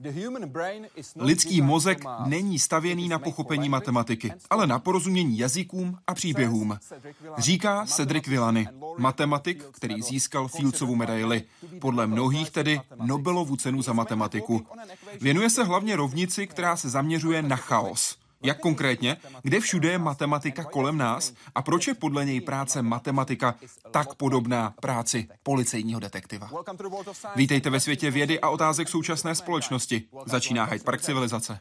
Lidský mozek není stavěný na pochopení matematiky, ale na porozumění jazykům a příběhům. Říká Cedric Villani, matematik, který získal Fieldsovu medaili. Podle mnohých tedy Nobelovu cenu za matematiku. Věnuje se hlavně rovnici, která se zaměřuje na chaos. Jak konkrétně, kde všude je matematika kolem nás a proč je podle něj práce matematika tak podobná práci policejního detektiva. Vítejte ve světě vědy a otázek současné společnosti. Začíná Hyde Park civilizace.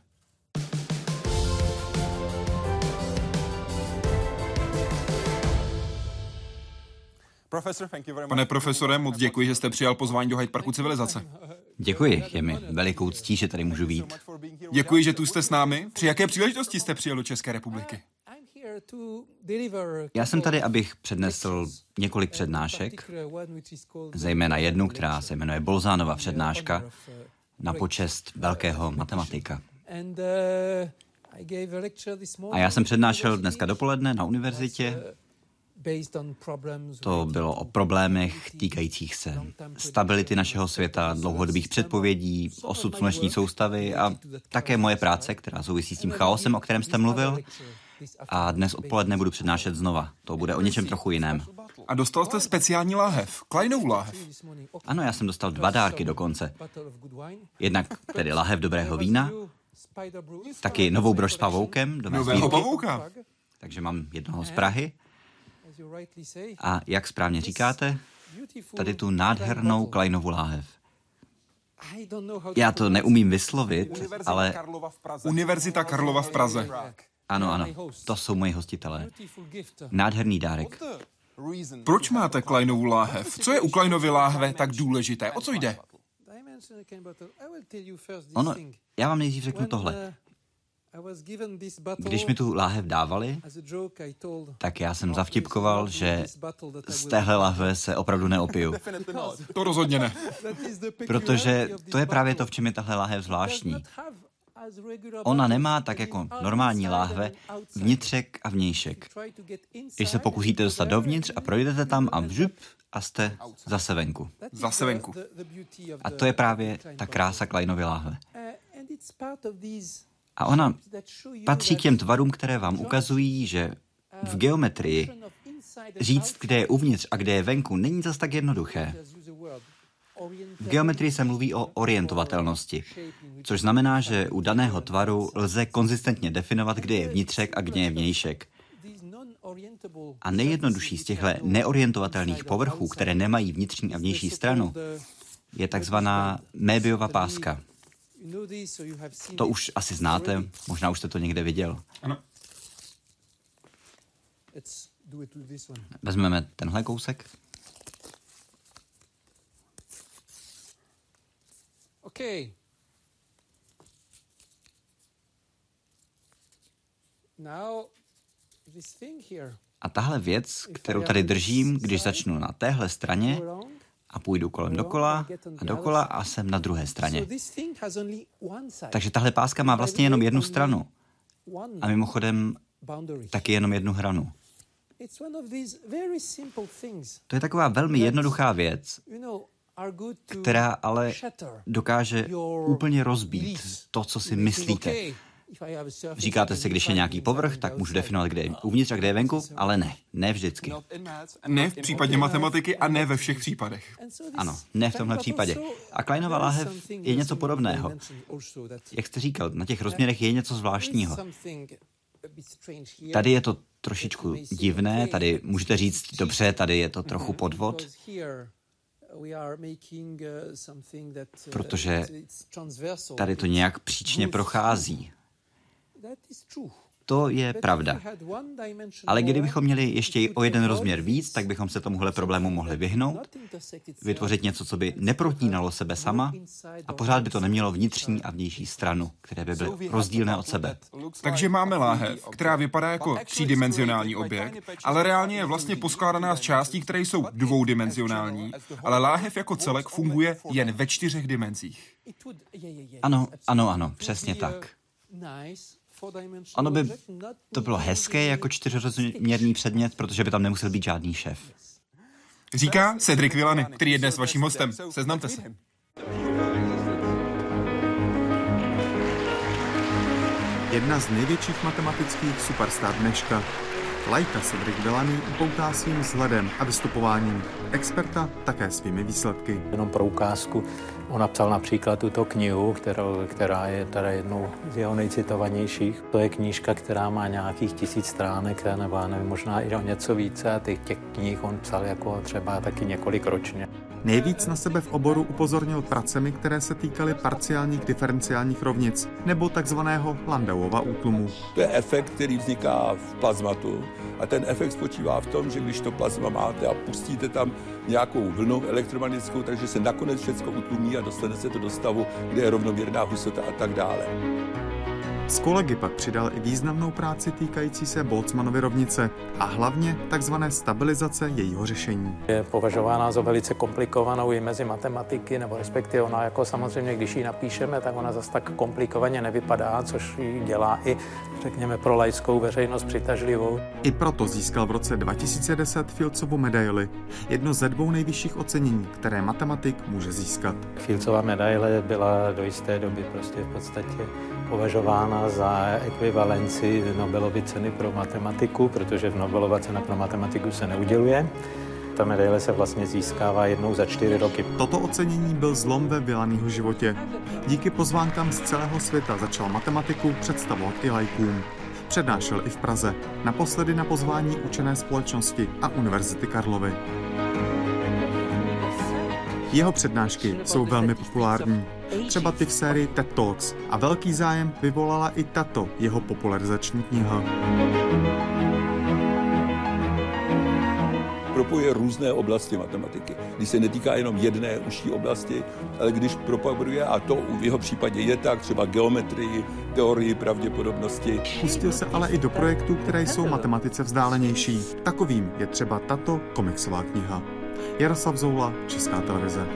Pane profesore, moc děkuji, že jste přijal pozvání do Hyde Parku civilizace. Děkuji, je mi velikou ctí, že tady můžu být. Děkuji, že tu jste s námi. Při jaké příležitosti jste přijel do České republiky? Já jsem tady, abych přednesl několik přednášek, zejména jednu, která se jmenuje Bolzánova přednáška na počest velkého matematika. A já jsem přednášel dneska dopoledne na univerzitě. To bylo o problémech týkajících se stability našeho světa, dlouhodobých předpovědí, osud sluneční soustavy a také moje práce, která souvisí s tím chaosem, o kterém jste mluvil. A dnes odpoledne budu přednášet znova. To bude o něčem trochu jiném. A dostal jste speciální láhev, Kleinovu láhev. Ano, já jsem dostal 2 dárky dokonce. Jednak tedy láhev dobrého vína, taky novou brož s pavoukem do mé Nového sbírky. pavouka. Takže mám jednoho z Prahy. A jak správně říkáte, tady tu nádhernou Kleinovu láhev. Já to neumím vyslovit, ale... Univerzita Karlova v Praze. Ano, to jsou moji hostitelé. Nádherný dárek. Proč máte Kleinovu láhev? Co je u Kleinovy láhve tak důležité? O co jde? Já vám nejdřív řeknu tohle. Když mi tu láhev dávali, tak já jsem zavtipkoval, že z téhle láhve se opravdu neopiju. To rozhodně ne. Protože to je právě to, v čem je tahle láhev zvláštní. Ona nemá, tak jako normální láhve, vnitřek a vnějšek. Když se pokusíte dostat dovnitř a projdete tam a vžup a jste zase venku. Zase venku. A to je právě ta krása Kleinovy láhve. A ona patří k těm tvarům, které vám ukazují, že v geometrii říct, kde je uvnitř a kde je venku, není zas tak jednoduché. V geometrii se mluví o orientovatelnosti, což znamená, že u daného tvaru lze konzistentně definovat, kde je vnitřek a kde je vnějšek. A nejjednodušší z těchto neorientovatelných povrchů, které nemají vnitřní a vnější stranu, je takzvaná Möbiusova páska. To už asi znáte, možná už jste to někde viděl. Ano. Vezmeme tenhle kousek. Okay. Now this thing here. A tahle věc, kterou tady držím, když začnu na téhle straně a půjdu kolem dokola a jsem na druhé straně. Takže tahle páska má vlastně jenom jednu stranu. A mimochodem taky jenom jednu hranu. To je taková velmi jednoduchá věc, která ale dokáže úplně rozbít to, co si myslíte. Říkáte si, když je nějaký povrch, tak můžu definovat, kde je uvnitř a kde je venku, ale ne vždycky. Ne v případě matematiky a ne ve všech případech. Ano, ne v tomhle případě. A Kleinova láhev je něco podobného. Jak jste říkal, na těch rozměrech je něco zvláštního. Tady je to trošičku divné, tady můžete říct, dobře, tady je to trochu podvod, protože tady to nějak příčně prochází. To je pravda. Ale kdybychom měli ještě o jeden rozměr víc, tak bychom se tomuhle problému mohli vyhnout, vytvořit něco, co by neprotínalo sebe sama a pořád by to nemělo vnitřní a vnější stranu, které by byly rozdílné od sebe. Takže máme láhev, která vypadá jako třídimenzionální objekt, ale reálně je vlastně poskládaná z částí, které jsou dvoudimenzionální, ale láhev jako celek funguje jen ve 4 dimenzích. Ano, přesně tak. Ono by to bylo hezké jako 4rozměrný předmět, protože by tam nemusel být žádný šéf. Říká Cedric Villani, který je dnes vaším hostem. Seznamte se. jedna z největších matematických superstar dneška. Laika Cedric Villani upoutá svým vzhledem a vystupováním, experta také svými výsledky. Jenom pro ukázku, on napsal například tuto knihu, která je teda jednou z jeho nejcitovanějších. To je knížka, která má nějakých 1000 stránek, nebo nevím, možná i o něco více, a těch knih on psal jako třeba taky několik ročně. Nejvíc na sebe v oboru upozornil pracemi, které se týkaly parciálních diferenciálních rovnic nebo takzvaného Landauova útlumu. To je efekt, který vzniká v plazmatu, a ten efekt spočívá v tom, že když to plazma máte a pustíte tam nějakou vlnu elektromagnetickou, takže se nakonec všechno utlumí a dostane se to do stavu, kde je rovnoměrná hustota a tak dále. S kolegy pak přidal i významnou práci týkající se Boltzmannovy rovnice a hlavně takzvané stabilizace jejího řešení. Je považována za velice komplikovanou i mezi matematiky, nebo respektive ona jako samozřejmě, když ji napíšeme, tak ona zase tak komplikovaně nevypadá, což ji dělá i, řekněme, pro laickou veřejnost přitažlivou. I proto získal v roce 2010 Fieldsovu medaili, jedno ze 2 nejvyšších ocenění, které matematik může získat. Fieldsova medaile byla do jisté doby prostě v podstatě považována za ekvivalenci Nobelovy ceny pro matematiku, protože Nobelova cena pro matematiku se neuděluje. Ta medaile se vlastně získává jednou za 4 roky. Toto ocenění byl zlom ve Villaniho životě. Díky pozvánkám z celého světa začal matematiku představovat i laikům. Přednášel i v Praze, naposledy na pozvání učené společnosti a Univerzity Karlovy. Jeho přednášky jsou velmi populární, třeba ty v sérii TED Talks, a velký zájem vyvolala i tato jeho popularizační kniha. Propojuje různé oblasti matematiky. Když se netýká jenom jedné užší oblasti, ale když propaguje, a to v jeho případě je tak, třeba geometrii, teorii pravděpodobnosti. Pustil se ale i do projektů, které jsou matematice vzdálenější. Takovým je třeba tato komiksová kniha. Jaroslav Zoula, Česká televize.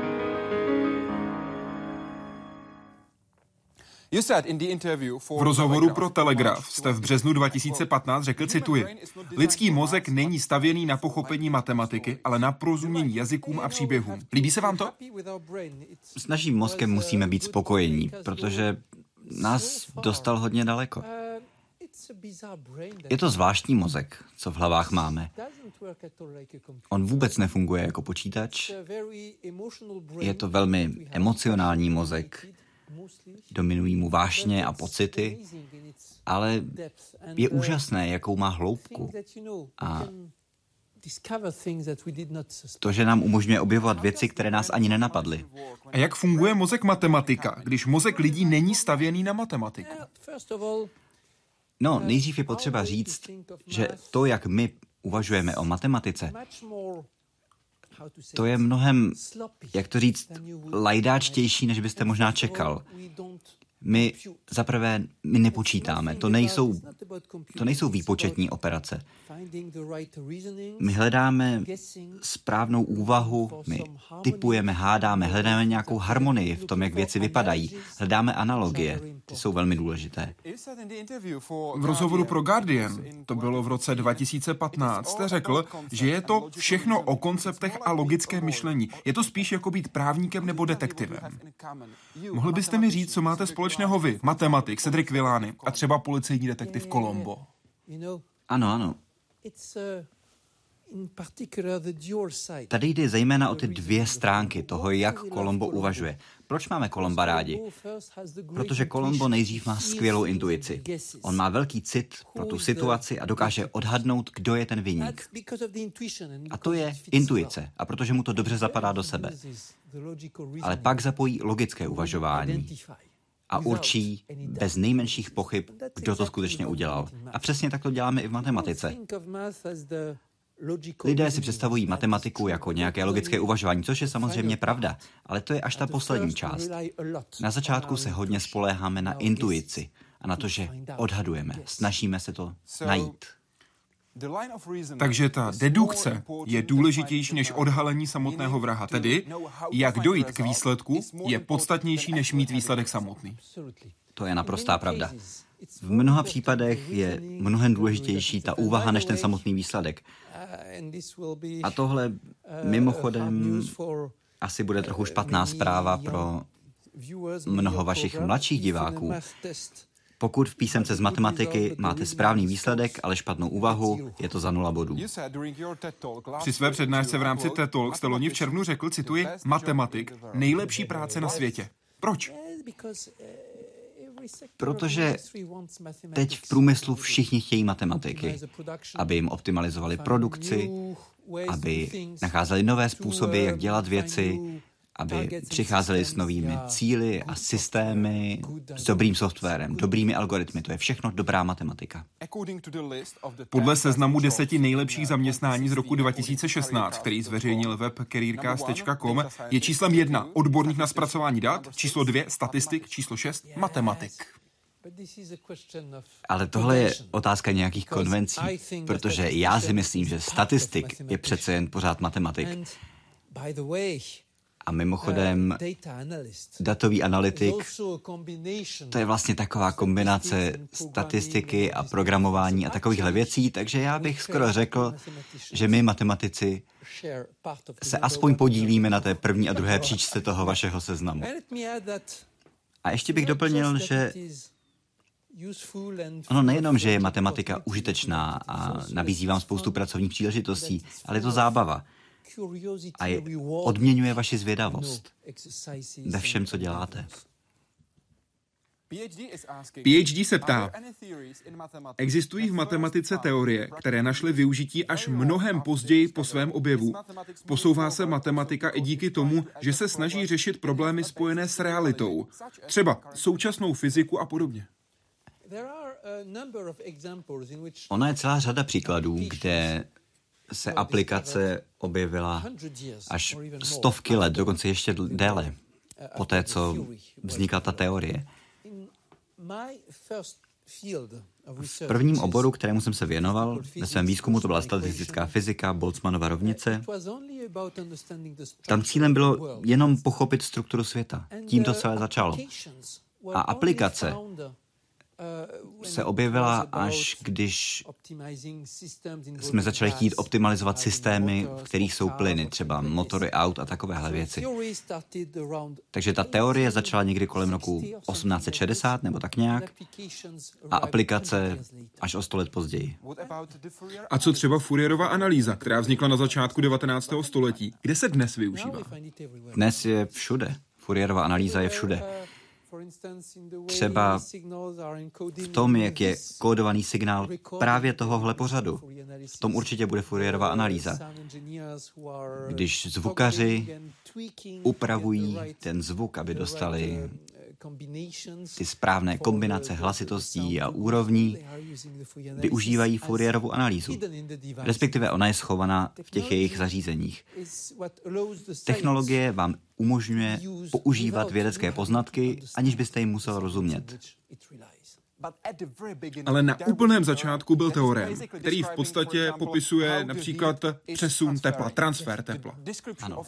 V rozhovoru pro Telegraf jste v březnu 2015 řekl, cituji, lidský mozek není stavěný na pochopení matematiky, ale na porozumění jazykům a příběhům. Líbí se vám to? S naším mozkem musíme být spokojení, protože nás dostal hodně daleko. Je to zvláštní mozek, co v hlavách máme. On vůbec nefunguje jako počítač. Je to velmi emocionální mozek. Dominují mu vášně a pocity, ale je úžasné, jakou má hloubku. A to, že nám umožňuje objevovat věci, které nás ani nenapadly. A jak funguje mozek matematika, když mozek lidí není stavěný na matematiku? No, nejdřív je potřeba říct, že to, jak my uvažujeme o matematice, to je mnohem, jak to říct, lajdáčtější, než byste možná čekal. My zaprvé nepočítáme, to nejsou výpočetní operace. My hledáme správnou úvahu, my tipujeme, hádáme, hledáme nějakou harmonii v tom, jak věci vypadají. Hledáme analogie, ty jsou velmi důležité. V rozhovoru pro Guardian, to bylo v roce 2015, jste řekl, že je to všechno o konceptech a logickém myšlení. Je to spíš jako být právníkem nebo detektivem. Mohl byste mi říct, co máte společného vy, matematik Cedric Villani a třeba policejní detektiv Colombo? Ano. Tady jde zejména o ty 2 stránky toho, jak Colombo uvažuje. Proč máme Colomba rádi? Protože Colombo nejdřív má skvělou intuici. On má velký cit pro tu situaci a dokáže odhadnout, kdo je ten viník. A to je intuice. A protože mu to dobře zapadá do sebe. Ale pak zapojí logické uvažování a určí bez nejmenších pochyb, kdo to skutečně udělal. A přesně tak to děláme i v matematice. Lidé si představují matematiku jako nějaké logické uvažování, což je samozřejmě pravda, ale to je až ta poslední část. Na začátku se hodně spoléháme na intuici a na to, že odhadujeme, snažíme se to najít. Takže ta dedukce je důležitější než odhalení samotného vraha. Tedy, jak dojít k výsledku, je podstatnější, než mít výsledek samotný. To je naprostá pravda. V mnoha případech je mnohem důležitější ta úvaha než ten samotný výsledek. A tohle mimochodem asi bude trochu špatná zpráva pro mnoho vašich mladších diváků. Pokud v písemce z matematiky máte správný výsledek, ale špatnou úvahu, je to za 0 bodů. Při své přednášce v rámci TED Talk jste loni v červnu řekl, cituji, matematik, nejlepší práce na světě. Proč? Protože teď v průmyslu všichni chtějí matematiky, aby jim optimalizovali produkci, aby nacházeli nové způsoby, jak dělat věci, aby přicházeli s novými cíli a systémy, s dobrým softwarem, dobrými algoritmy. To je všechno dobrá matematika. Podle seznamu 10 nejlepších zaměstnání z roku 2016, který zveřejnil web careercast.com, je číslem 1 odborník na zpracování dat, číslo 2 statistik, číslo 6 matematik. Ale tohle je otázka nějakých konvencí, protože já si myslím, že statistik je přece jen pořád matematik. A mimochodem, datový analytik, to je vlastně taková kombinace statistiky a programování a takovýchhle věcí, takže já bych skoro řekl, že my matematici se aspoň podílíme na té první a druhé příčce toho vašeho seznamu. A ještě bych doplnil, že ono nejenom, že je matematika užitečná a nabízí vám spoustu pracovních příležitostí, ale je to zábava. A odměňuje vaši zvědavost ve všem, co děláte. PhD se ptá, existují v matematice teorie, které našly využití až mnohem později po svém objevu. Posouvá se matematika i díky tomu, že se snaží řešit problémy spojené s realitou, třeba současnou fyziku a podobně. Ona je celá řada příkladů, kde se aplikace objevila až stovky let, dokonce ještě déle, po té, co vznikla ta teorie. V prvním oboru, kterému jsem se věnoval, ve svém výzkumu to byla statistická fyzika, Boltzmannova rovnice. Tam cílem bylo jenom pochopit strukturu světa. Tím to celé začalo. A aplikace se objevila, až když jsme začali chtít optimalizovat systémy, v kterých jsou plyny, třeba motory aut a takovéhle věci. Takže ta teorie začala někdy kolem roku 1860 nebo tak nějak a aplikace až o 100 let později. A co třeba Fourierova analýza, která vznikla na začátku 19. století? Kde se dnes využívá? Dnes je všude. Fourierova analýza je všude. Třeba v tom, jak je kódovaný signál právě tohohle pořadu. V tom určitě bude Fourierova analýza. Když zvukaři upravují ten zvuk, aby dostali ty správné kombinace hlasitostí a úrovní, využívají Fourierovu analýzu. Respektive ona je schovaná v těch jejich zařízeních. Technologie vám umožňuje používat vědecké poznatky, aniž byste jim musel rozumět. Ale na úplném začátku byl teorem, který v podstatě popisuje například přesun tepla, transfer tepla. Ano.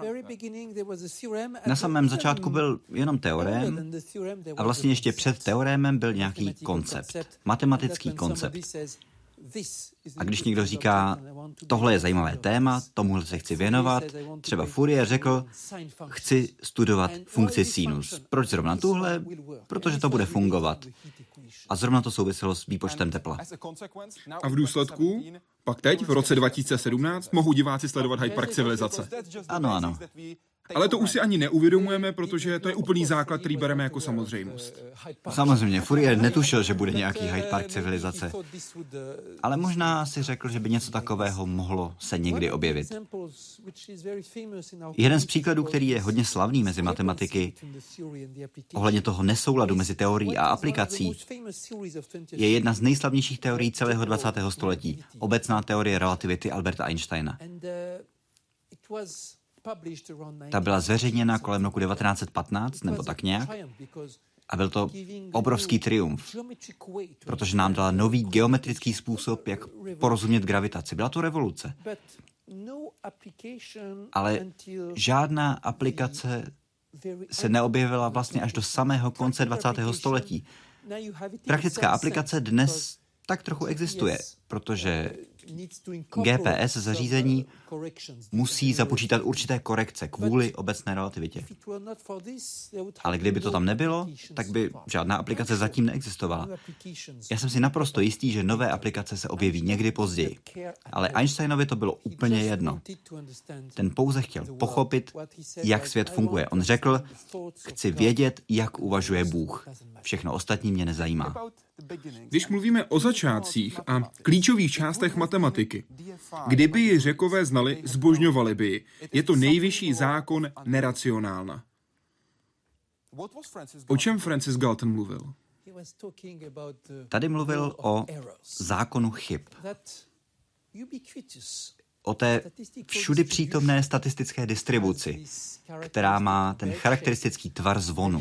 Na samém začátku byl jenom teorem a vlastně ještě před teorémem byl nějaký koncept, matematický koncept. A když někdo říká, tohle je zajímavé téma, tomuhle se chci věnovat, třeba Fourier řekl, chci studovat funkci sinus. Proč zrovna tuhle? Protože to bude fungovat. A zrovna to souviselo s výpočtem tepla. A v důsledku, pak teď, v roce 2017, mohou diváci sledovat Hyde Park civilizace. Ano, ano. Ale to už si ani neuvědomujeme, protože to je úplný základ, který bereme jako samozřejmost. Samozřejmě, Fourier netušil, že bude nějaký Hyde Park civilizace. Ale možná si řekl, že by něco takového mohlo se někdy objevit. Jeden z příkladů, který je hodně slavný mezi matematiky, ohledně toho nesouladu mezi teorií a aplikací, je jedna z nejslavnějších teorií celého 20. století, obecná teorie relativity Alberta Einsteina. Ta byla zveřejněna kolem roku 1915, nebo tak nějak, a byl to obrovský triumf, protože nám dala nový geometrický způsob, jak porozumět gravitaci. Byla to revoluce. Ale žádná aplikace se neobjevila vlastně až do samého konce 20. století. Praktická aplikace dnes tak trochu existuje, protože GPS zařízení musí započítat určité korekce kvůli obecné relativitě. Ale kdyby to tam nebylo, tak by žádná aplikace zatím neexistovala. Já jsem si naprosto jistý, že nové aplikace se objeví někdy později. Ale Einsteinovi to bylo úplně jedno. Ten pouze chtěl pochopit, jak svět funguje. On řekl, chci vědět, jak uvažuje Bůh. Všechno ostatní mě nezajímá. Když mluvíme o začátcích a klíčových částech matematiky, kdyby ji Řekové znali, zbožňovali by ji. Je to nejvyšší zákon neracionálna. O čem Francis Galton mluvil? Tady mluvil o zákonu chyb. O té všudy přítomné statistické distribuci, která má ten charakteristický tvar zvonu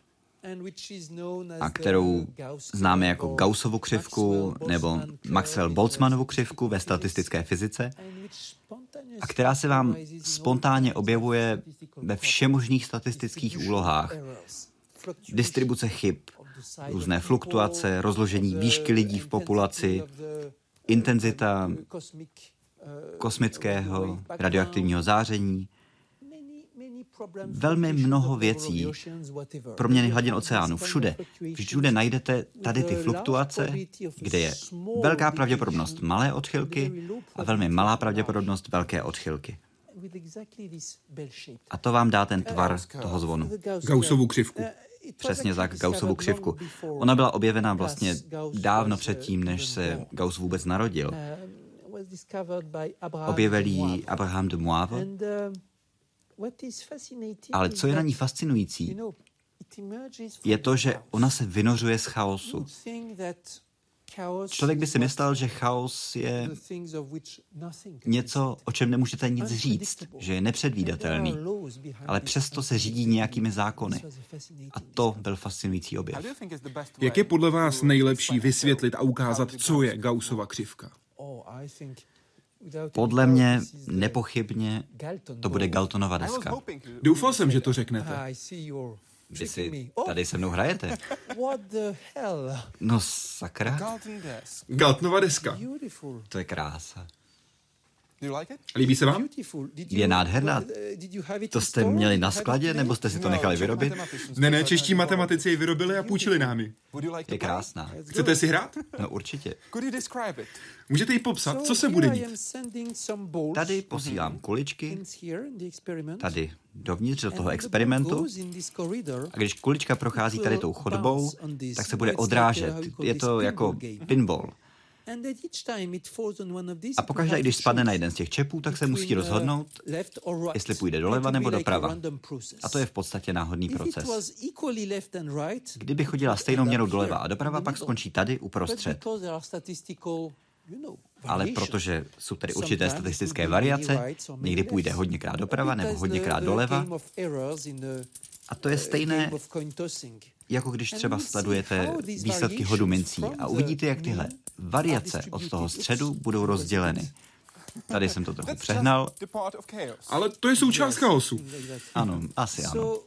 a kterou známe jako Gaussovu křivku nebo Maxwell-Boltzmannovu křivku ve statistické fyzice a která se vám spontánně objevuje ve všemožných statistických úlohách. Distribuce chyb, různé fluktuace, rozložení výšky lidí v populaci, intenzita kosmického radioaktivního záření, velmi mnoho věcí, proměny hladin oceánu, všude. Všude najdete tady ty fluktuace, kde je velká pravděpodobnost malé odchylky a velmi malá pravděpodobnost velké odchylky. A to vám dá ten tvar toho zvonu. Gaussovu křivku. Přesně tak, Gaussovu křivku. Ona byla objevena vlastně dávno předtím, než se Gauss vůbec narodil. Objevil ji Abraham de Moivre. Ale co je na ní fascinující, je to, že ona se vynořuje z chaosu. Člověk by si myslel, že chaos je něco, o čem nemůžete nic říct, že je nepředvídatelný, ale přesto se řídí nějakými zákony. A to byl fascinující objev. Jak je podle vás nejlepší vysvětlit a ukázat, co je Gaussova křivka? Podle mě nepochybně to bude Galtonova deska. Doufal jsem, že to řeknete. Vy si tady se mnou hrajete. No sakra. Galtonova deska. To je krása. Líbí se vám? Je nádherná. To jste měli na skladě, nebo jste si to nechali vyrobit? Ne, čeští matematici ji vyrobili a půjčili nám ji. Je krásná. Chcete si hrát? No určitě. Můžete ji popsat, co se bude dít? Tady posílám kuličky, tady dovnitř do toho experimentu. A když kulička prochází tady tou chodbou, tak se bude odrážet. Je to jako pinball. A pokaždé, když spadne na jeden z těch čepů, tak se musí rozhodnout, jestli půjde doleva nebo doprava. A to je v podstatě náhodný proces. Kdyby chodila stejnou měrou doleva a doprava, pak skončí tady uprostřed. Ale protože jsou tady určité statistické variace, někdy půjde hodněkrát doprava nebo hodněkrát doleva. A to je stejné, jako když třeba sledujete výsledky hodu mincí a uvidíte, jak tyhle variace od toho středu budou rozděleny. Tady jsem to trochu přehnal. Ale to je součást chaosu. Ano, asi ano.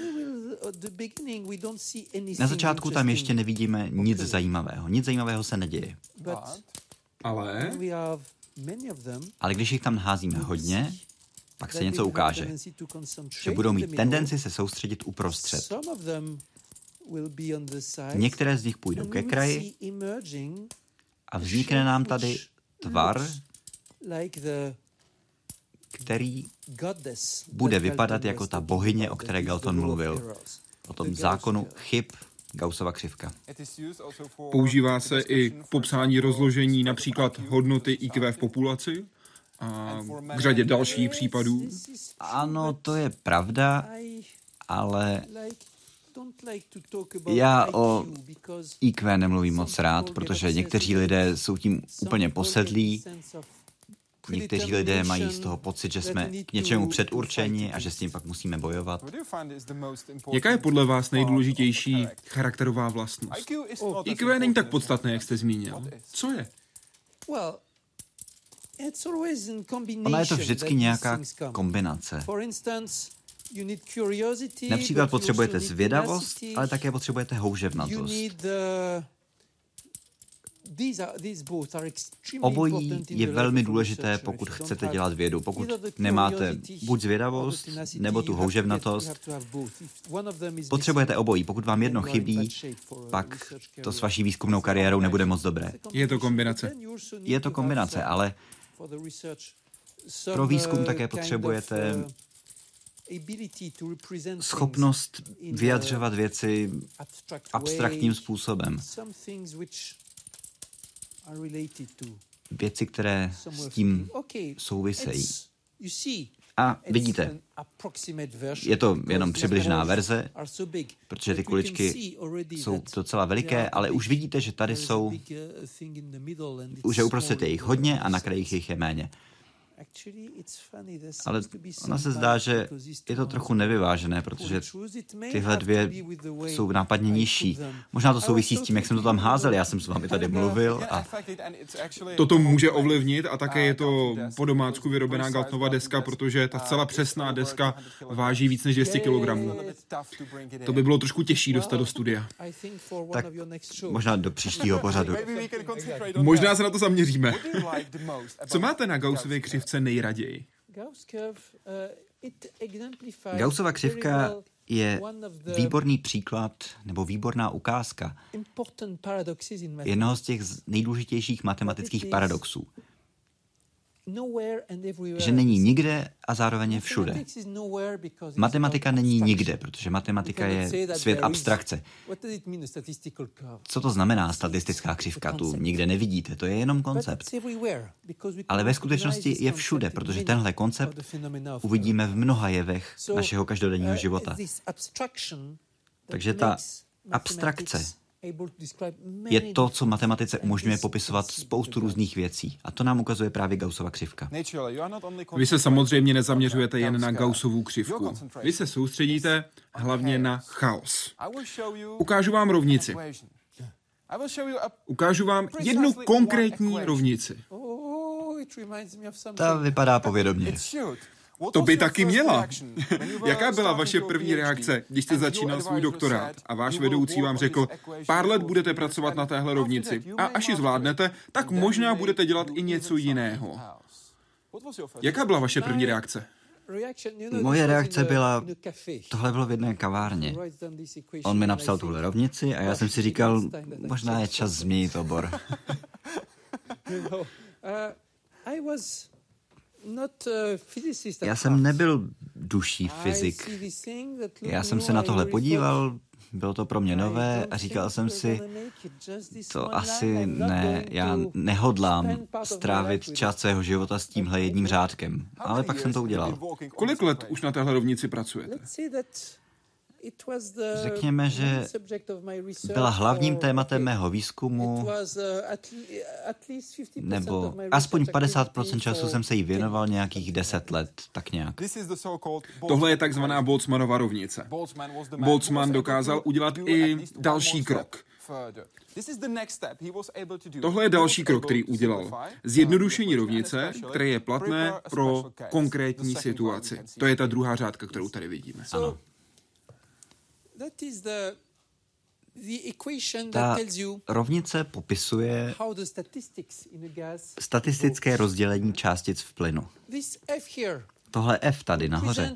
Na začátku tam ještě nevidíme nic zajímavého. Nic zajímavého se neděje. Ale když jich tam házíme hodně, pak se něco ukáže. Že budou mít tendenci se soustředit uprostřed. Některé z nich půjdou ke kraji a vznikne nám tady tvar, který bude vypadat jako ta bohyně, o které Galton mluvil. O tom zákonu chyb Gaussova křivka. Používá se i k popsání rozložení například hodnoty IQ v populaci a k řadě dalších případů. Ano, to je pravda, ale já o IQ nemluvím moc rád, protože někteří lidé jsou tím úplně posedlí. Někteří lidé mají z toho pocit, že jsme k něčemu předurčeni a že s tím pak musíme bojovat. Jaká je podle vás nejdůležitější charakterová vlastnost? IQ není tak podstatné, jak jste zmínil. Co je? Ona je to vždycky nějaká kombinace. Například potřebujete zvědavost, ale také potřebujete houževnatost. Obojí je velmi důležité, pokud chcete dělat vědu. Pokud nemáte buď zvědavost, nebo tu houževnatost, potřebujete obojí. Pokud vám jedno chybí, pak to s vaší výzkumnou kariérou nebude moc dobré. Je to kombinace. Je to kombinace, ale pro výzkum také potřebujete schopnost vyjadřovat věci abstraktním způsobem. Věci, které s tím souvisejí. A vidíte, je to jenom přibližná verze, protože ty kuličky jsou docela veliké, ale už vidíte, že tady jsou, už je uprostřed je jich hodně a na krajích jich je méně. Ale ono se zdá, že je to trochu nevyvážené, protože tyhle dvě jsou nápadně nižší. Možná to souvisí s tím, jak jsem to tam házel, já jsem s vámi tady mluvil. A... Toto může ovlivnit a také je to po domácku vyrobená Galtonova deska, protože ta zcela přesná deska váží víc než 200 kg. To by bylo trošku těžší dostat do studia. Tak možná do příštího pořadu. Možná se na to zaměříme. Co máte na Gaussově křivce nejraději? Gaussova křivka je výborný příklad nebo výborná ukázka jednoho z těch nejdůležitějších matematických paradoxů. Že není nikde a zároveň je všude. Matematika není nikde, protože matematika je svět abstrakce. Co to znamená statistická křivka? Tu nikde nevidíte, to je jenom koncept. Ale ve skutečnosti je všude, protože tenhle koncept uvidíme v mnoha jevech našeho každodenního života. Takže ta abstrakce je to, co matematice umožňuje popisovat spoustu různých věcí. A to nám ukazuje právě Gaussova křivka. Vy se samozřejmě nezaměřujete jen na Gaussovu křivku. Vy se soustředíte hlavně na chaos. Ukážu vám rovnici. Ukážu vám jednu konkrétní rovnici. Ta vypadá povědomně. To by taky měla. Jaká byla vaše první reakce, když jste začínal svůj doktorát a váš vedoucí vám řekl, pár let budete pracovat na téhle rovnici a až ji zvládnete, tak možná budete dělat i něco jiného. Jaká byla vaše první reakce? Moje reakce byla, tohle bylo v jedné kavárně. On mi napsal tuhle rovnici a já jsem si říkal, možná je čas změnit obor. Já jsem nebyl duší fyzik. Já jsem se na tohle podíval, bylo to pro mě nové a říkal jsem si, to asi ne, já nehodlám strávit část svého života s tímhle jedním řádkem. Ale pak jsem to udělal. Kolik let už na téhle rovnici pracujete? Řekněme, že byla hlavním tématem mého výzkumu, nebo aspoň 50% času jsem se jí věnoval nějakých 10 let, tak nějak. Tohle je takzvaná Boltzmannova rovnice. Boltzmann dokázal udělat i další krok. Tohle je další krok, který udělal. Zjednodušení rovnice, které je platné pro konkrétní situaci. To je ta druhá řádka, kterou tady vidíme. Ano. Ta rovnice popisuje statistické rozdělení částic v plynu. Tohle F tady nahoře,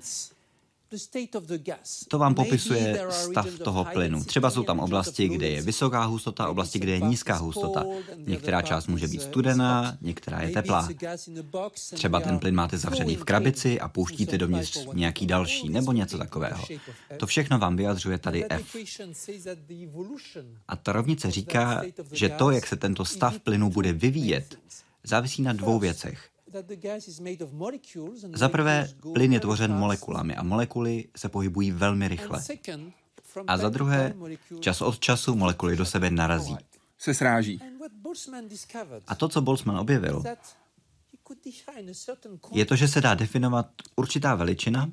to vám popisuje stav toho plynu. Třeba jsou tam oblasti, kde je vysoká hustota, oblasti, kde je nízká hustota. Některá část může být studená, některá je teplá. Třeba ten plyn máte zavřený v krabici a pouštíte dovnitř nějaký další, nebo něco takového. To všechno vám vyjadřuje tady F. A ta rovnice říká, že to, jak se tento stav plynu bude vyvíjet, závisí na dvou věcech. Za prvé, plyn je tvořen molekulami a molekuly se pohybují velmi rychle. A za druhé, čas od času molekuly do sebe narazí. Se sráží. A to, co Boltzmann objevil, je to, že se dá definovat určitá veličina,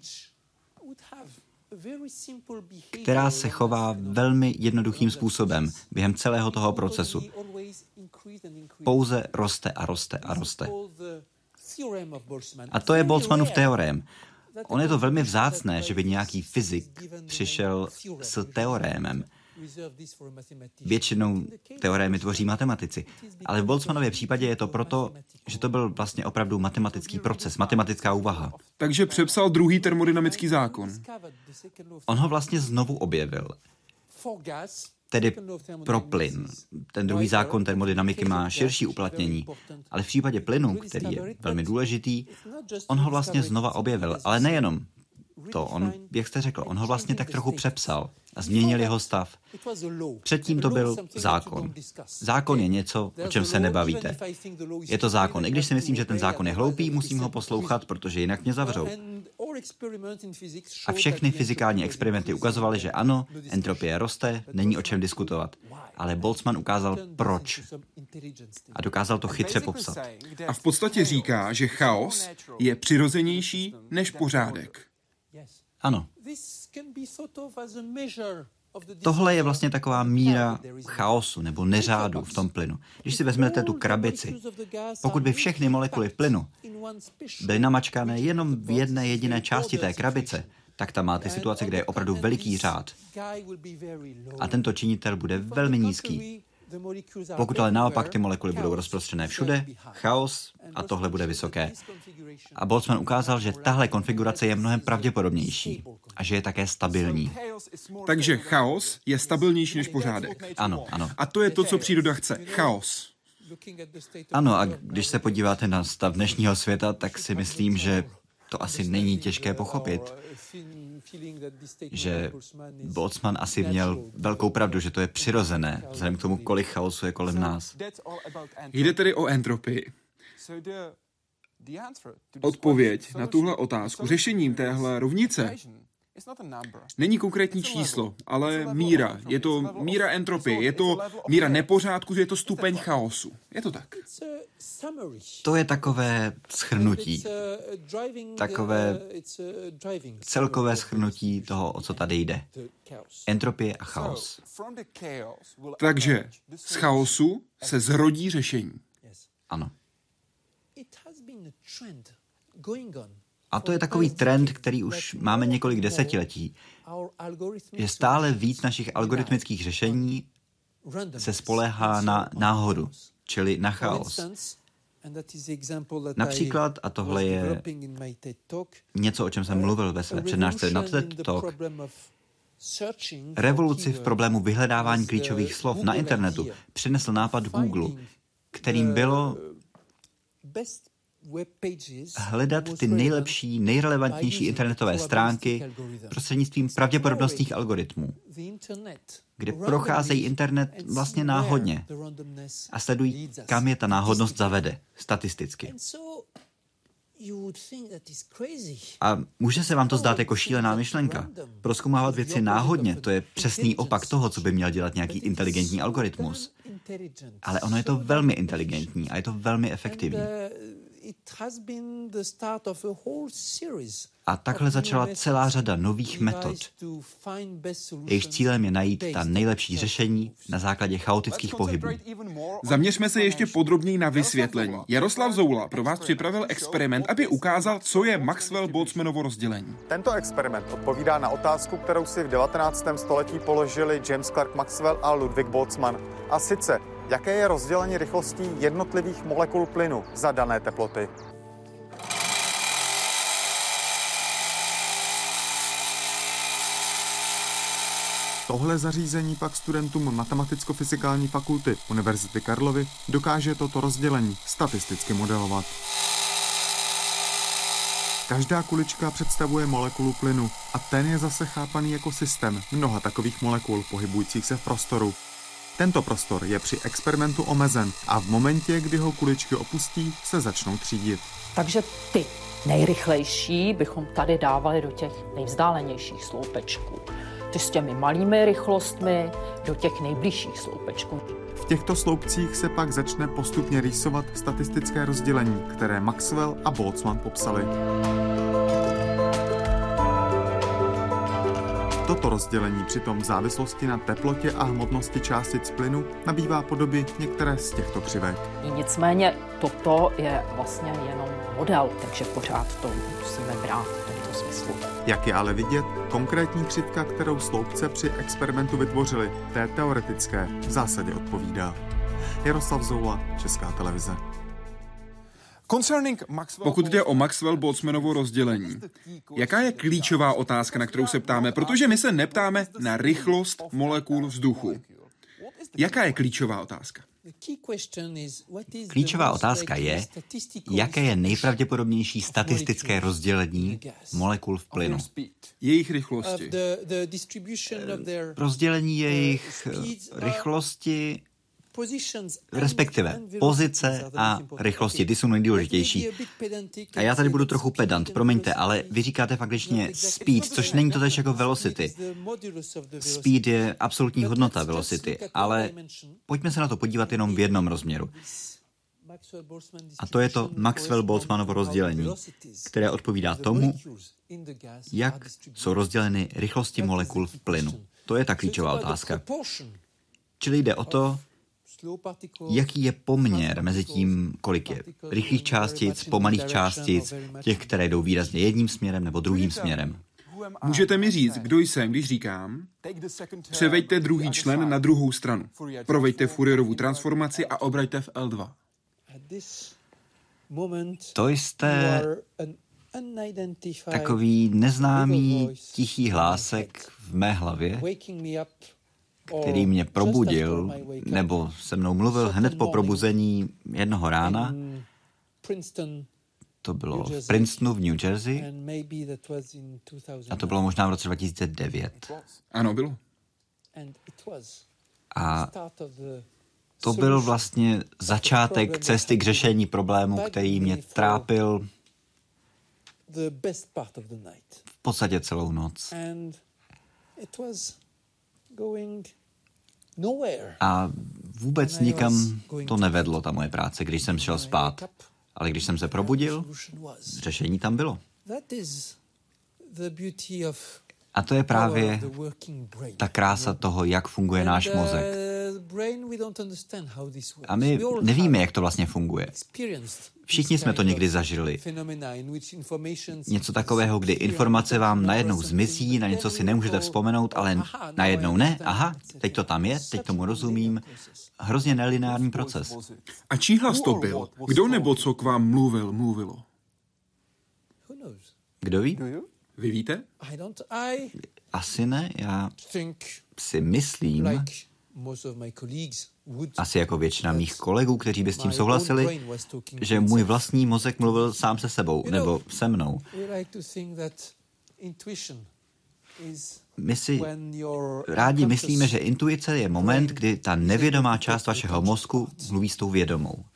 která se chová velmi jednoduchým způsobem během celého toho procesu. Pouze roste a roste a roste. A to je Boltzmannův teorém. On je to velmi vzácné, že by nějaký fyzik přišel s teorémem. Většinou teorémy tvoří matematici, ale v Boltzmannově případě je to proto, že to byl vlastně opravdu matematický proces, matematická úvaha. Takže přepsal druhý termodynamický zákon. On ho vlastně znovu objevil. Tedy pro plyn. Ten druhý zákon termodynamiky má širší uplatnění, ale v případě plynu, který je velmi důležitý, on ho vlastně znova objevil. Ale nejenom to, jak jste řekl, on ho vlastně tak trochu přepsal a změnil jeho stav. Předtím to byl zákon. Zákon je něco, o čem se nebavíte. Je to zákon. I když si myslím, že ten zákon je hloupý, musím ho poslouchat, protože jinak mě zavřou. A všechny fyzikální experimenty ukazovaly, že ano, entropie roste, není o čem diskutovat. Ale Boltzmann ukázal proč. A dokázal to chytře popsat. A v podstatě říká, že chaos je přirozenější než pořádek. Ano. Tohle je vlastně taková míra chaosu nebo neřádu v tom plynu. Když si vezmete tu krabici, pokud by všechny molekuly plynu byly namačkané jenom v jedné jediné části té krabice, tak tam máte situace, kde je opravdu veliký řád. A tento činitel bude velmi nízký. Pokud ale naopak ty molekuly budou rozprostřené všude, chaos a tohle bude vysoké. A Boltzmann ukázal, že tahle konfigurace je mnohem pravděpodobnější a že je také stabilní. Takže chaos je stabilnější než pořádek. Ano, ano. A to je to, co příroda chce. Chaos. Ano, a když se podíváte na stav dnešního světa, tak si myslím, že to asi není těžké pochopit. Že Boltzmann asi měl velkou pravdu, že to je přirozené, vzhledem k tomu, kolik chaosu je kolem nás. Jde tedy o entropii. Odpověď na tuhle otázku řešením téhle rovnice není konkrétní číslo, ale míra. Je to míra entropie, je to míra nepořádku, je to stupeň chaosu. Je to tak. To je takové shrnutí. Takové celkové shrnutí toho, o co tady jde. Entropie a chaos. Takže z chaosu se zrodí řešení. Ano. A to je takový trend, který už máme několik desetiletí, že stále víc našich algoritmických řešení se spoléhá na náhodu, čili na chaos. Například, a tohle je něco, o čem jsem mluvil ve své přednášce na TED Talk, revoluci v problému vyhledávání klíčových slov na internetu přinesl nápad Google, kterým bylo hledat ty nejlepší, nejrelevantnější internetové stránky prostřednictvím pravděpodobnostních algoritmů, kde procházejí internet vlastně náhodně a sledují, kam je ta náhodnost zavede statisticky. A může se vám to zdát jako šílená myšlenka. Prozkoumávat věci náhodně, to je přesný opak toho, co by měl dělat nějaký inteligentní algoritmus. Ale ono je to velmi inteligentní a je to velmi efektivní. A takhle začala celá řada nových metod. Jejich cílem je najít ta nejlepší řešení na základě chaotických pohybů. Zaměřme se ještě podrobněji na vysvětlení. Jaroslav Zoula pro vás připravil experiment, aby ukázal, co je Maxwell-Boltzmannovo rozdělení. Tento experiment odpovídá na otázku, kterou si v 19. století položili James Clerk Maxwell a Ludwig Boltzmann. A sice, jaké je rozdělení rychlostí jednotlivých molekul plynu za dané teploty? Tohle zařízení pak studentům Matematicko-fyzikální fakulty Univerzity Karlovy dokáže toto rozdělení statisticky modelovat. Každá kulička představuje molekulu plynu a ten je zase chápaný jako systém mnoha takových molekul pohybujících se v prostoru. Tento prostor je při experimentu omezen a v momentě, kdy ho kuličky opustí, se začnou třídit. Takže ty nejrychlejší bychom tady dávali do těch nejvzdálenějších sloupečků. Ty s těmi malými rychlostmi do těch nejbližších sloupečků. V těchto sloupcích se pak začne postupně rýsovat statistické rozdělení, které Maxwell a Boltzmann popsali. Toto rozdělení přitom v závislosti na teplotě a hmotnosti částic plynu nabývá podoby některé z těchto křivek. Nicméně toto je vlastně jenom model, takže pořád to musíme brát v tomto smyslu. Jak je ale vidět, konkrétní křivka, kterou sloupce při experimentu vytvořili, té teoretické, v zásadě odpovídá. Jaroslav Zoula, Česká televize. Pokud jde o Maxwell-Boltzmannovo rozdělení, jaká je klíčová otázka, na kterou se ptáme? Protože my se neptáme na rychlost molekul vzduchu. Jaká je klíčová otázka? Klíčová otázka je, jaké je nejpravděpodobnější statistické rozdělení molekul v plynu. Jejich rychlosti. Rozdělení jejich rychlosti, respektive pozice a rychlosti, ty jsou nejdůležitější. A já tady budu trochu pedant, promiňte, ale vy říkáte faktičně speed, což není to tež jako velocity. Speed je absolutní hodnota velocity, ale pojďme se na to podívat jenom v jednom rozměru. A to je to Maxwell-Boltzmannovo rozdělení, které odpovídá tomu, jak jsou rozděleny rychlosti molekul v plynu. To je ta klíčová otázka. Čili jde o to, jaký je poměr mezi tím, kolik je rychlých částic, pomalých částic, těch, které jdou výrazně jedním směrem nebo druhým směrem. Můžete mi říct, kdo jsem, když říkám, převeďte druhý člen na druhou stranu, proveďte Fourierovu transformaci a obraťte v L2. To jste takový neznámý tichý hlásek v mé hlavě, který mě probudil, nebo se mnou mluvil hned po probuzení jednoho rána. To bylo v Princetonu v New Jersey a to bylo možná v roce 2009. Ano, bylo. A to byl vlastně začátek cesty k řešení problému, který mě trápil v podstatě celou noc. A vůbec nikam to nevedlo, ta moje práce, když jsem šel spát. Ale když jsem se probudil, řešení tam bylo. A to je právě ta krása toho, jak funguje náš mozek. A my nevíme, jak to vlastně funguje. Všichni jsme to někdy zažili. Něco takového, kdy informace vám najednou zmizí, na něco si nemůžete vzpomenout, ale najednou ne. Aha, teď to tam je, teď tomu rozumím. Hrozně nelineární proces. A čí hlas to byl? Kdo nebo co k vám mluvilo? Kdo ví? Vy víte? Asi ne, já si myslím, asi jako většina mých kolegů, kteří by s tím souhlasili, že můj vlastní mozek mluvil sám se sebou, nebo se mnou. My si rádi myslíme, že intuice je moment, kdy ta nevědomá část vašeho mozku mluví s tou vědomou.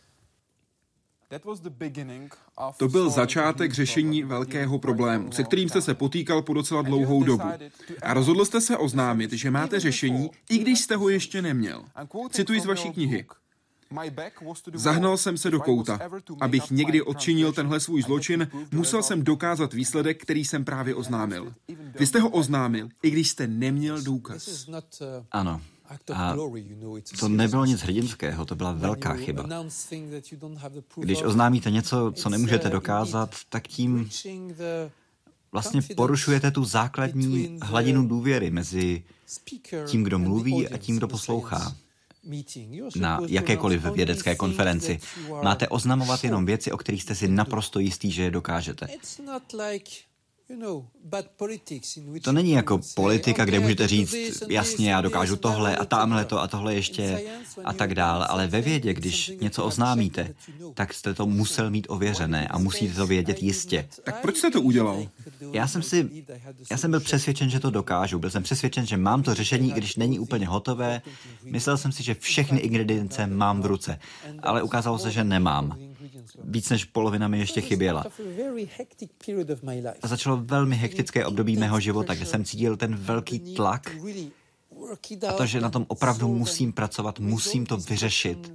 To byl začátek řešení velkého problému, se kterým jste se potýkal po docela dlouhou dobu. A rozhodl jste se oznámit, že máte řešení, i když jste ho ještě neměl. Cituji z vaší knihy. Zahnal jsem se do kouta. Abych někdy odčinil tenhle svůj zločin, musel jsem dokázat výsledek, který jsem právě oznámil. Vy jste ho oznámil, i když jste neměl důkaz. Ano. A to nebylo nic hrdinského, to byla velká chyba. Když oznámíte něco, co nemůžete dokázat, tak tím vlastně porušujete tu základní hladinu důvěry mezi tím, kdo mluví a tím, kdo poslouchá. Na jakékoliv vědecké konferenci máte oznamovat jenom věci, o kterých jste si naprosto jistý, že je dokážete. To není jako politika, kde můžete říct, jasně, já dokážu tohle a tamhle to a tohle ještě a tak dále, ale ve vědě, když něco oznámíte, tak jste to musel mít ověřené a musíte to vědět jistě. Tak proč jste to udělal? Já jsem byl přesvědčen, že to dokážu. Byl jsem přesvědčen, že mám to řešení, když není úplně hotové. Myslel jsem si, že všechny ingredience mám v ruce, ale ukázalo se, že nemám. Víc než polovina mi ještě chyběla. A začalo velmi hektické období mého života, kde jsem cítil ten velký tlak a to, že na tom opravdu musím pracovat, musím to vyřešit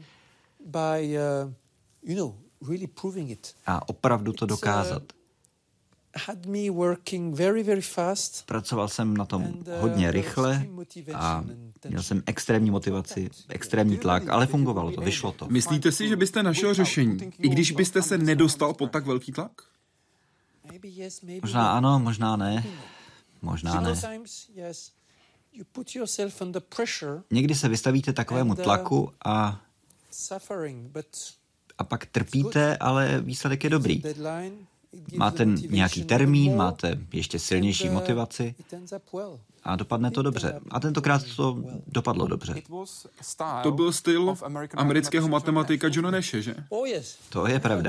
a opravdu to dokázat. Pracoval jsem na tom hodně rychle a měl jsem extrémní motivaci, extrémní tlak, ale fungovalo to, vyšlo to. Myslíte si, že byste našel řešení, i když byste se nedostal pod tak velký tlak? Možná ano, možná ne. Možná ne. Někdy se vystavíte takovému tlaku a pak trpíte, ale výsledek je dobrý. Máte nějaký termín, máte ještě silnější motivaci a dopadne to dobře. A tentokrát to dopadlo dobře. To byl styl amerického matematika Johna Nashe, že? To je pravda.